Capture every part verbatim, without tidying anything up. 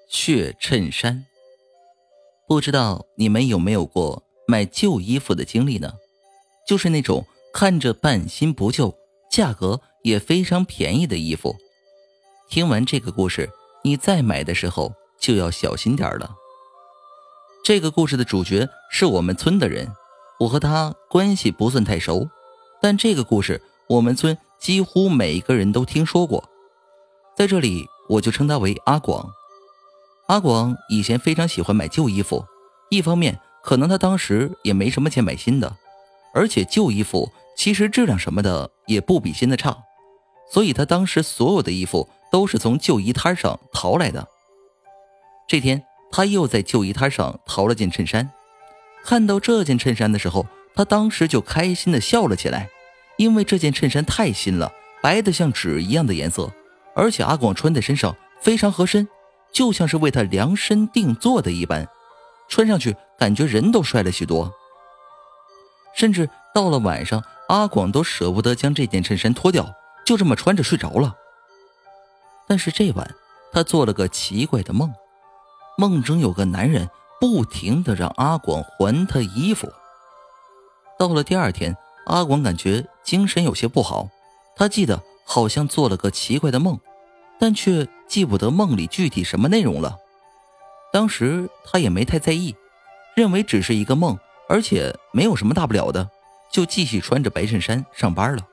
血衬衫。不知道你们有没有过买旧衣服的经历呢？就是那种看着半新不旧，价格也非常便宜的衣服。听完这个故事，你再买的时候就要小心点了。这个故事的主角是我们村的人，我和他关系不算太熟，但这个故事我们村几乎每个人都听说过。在这里我就称他为阿广。阿广以前非常喜欢买旧衣服，一方面可能他当时也没什么钱买新的，而且旧衣服其实质量什么的也不比新的差，所以他当时所有的衣服都是从旧衣摊上淘来的。这天他又在旧衣摊上淘了件衬衫，看到这件衬衫的时候，他当时就开心地笑了起来，因为这件衬衫太新了，白得像纸一样的颜色，而且阿广穿在身上非常合身，就像是为他量身定做的一般，穿上去感觉人都帅了许多。甚至到了晚上，阿广都舍不得将这件衬衫脱掉，就这么穿着睡着了。但是这晚他做了个奇怪的梦，梦中有个男人不停地让阿广还他衣服。到了第二天，阿广感觉精神有些不好，他记得好像做了个奇怪的梦，但却记不得梦里具体什么内容了。当时他也没太在意，认为只是一个梦，而且没有什么大不了的，就继续穿着白衬衫上班了。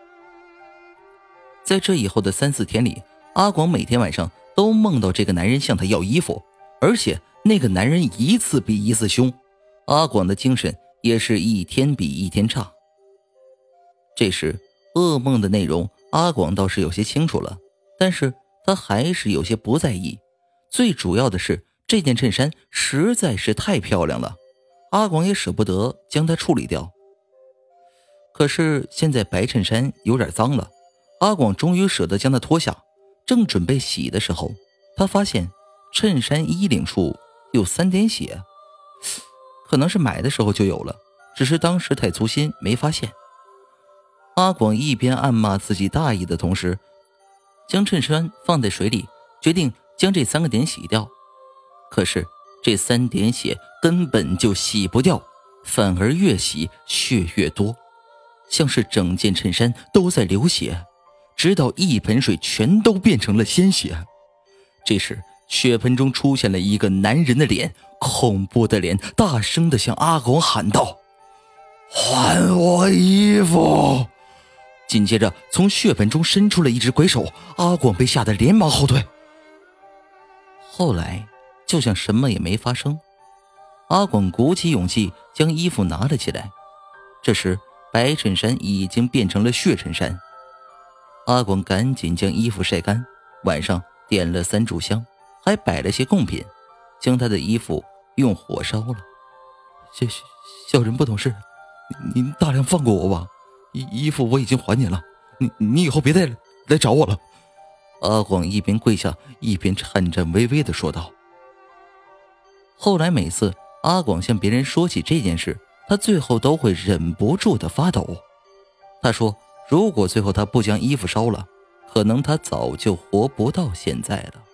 在这以后的三四天里，阿广每天晚上都梦到这个男人向他要衣服，而且那个男人一次比一次凶，阿广的精神也是一天比一天差。这时噩梦的内容阿广倒是有些清楚了，但是他还是有些不在意，最主要的是这件衬衫实在是太漂亮了，阿广也舍不得将它处理掉。可是现在白衬衫有点脏了，阿广终于舍得将它脱下，正准备洗的时候，他发现衬衫衣领处有三点血，可能是买的时候就有了，只是当时太粗心没发现。阿广一边暗骂自己大意的同时，将衬衫放在水里，决定将这三个点洗掉。可是这三点血根本就洗不掉，反而越洗血越多，像是整件衬衫都在流血，直到一盆水全都变成了鲜血。这时血盆中出现了一个男人的脸，恐怖的脸，大声地向阿广喊道：还我衣服！紧接着从血盆中伸出了一只鬼手，阿广被吓得连忙后退。后来就像什么也没发生，阿广鼓起勇气将衣服拿了起来，这时白衬衫已经变成了血衬衫。阿广赶紧将衣服晒干，晚上点了三炷香，还摆了些贡品，将他的衣服用火烧了。小小人不懂事，您大量放过我吧，衣服我已经还你了，你你以后别再来找我了。阿广一边跪下一边颤颤巍巍地说道。后来每次阿广向别人说起这件事，他最后都会忍不住地发抖。他说如果最后他不将衣服烧了，可能他早就活不到现在了。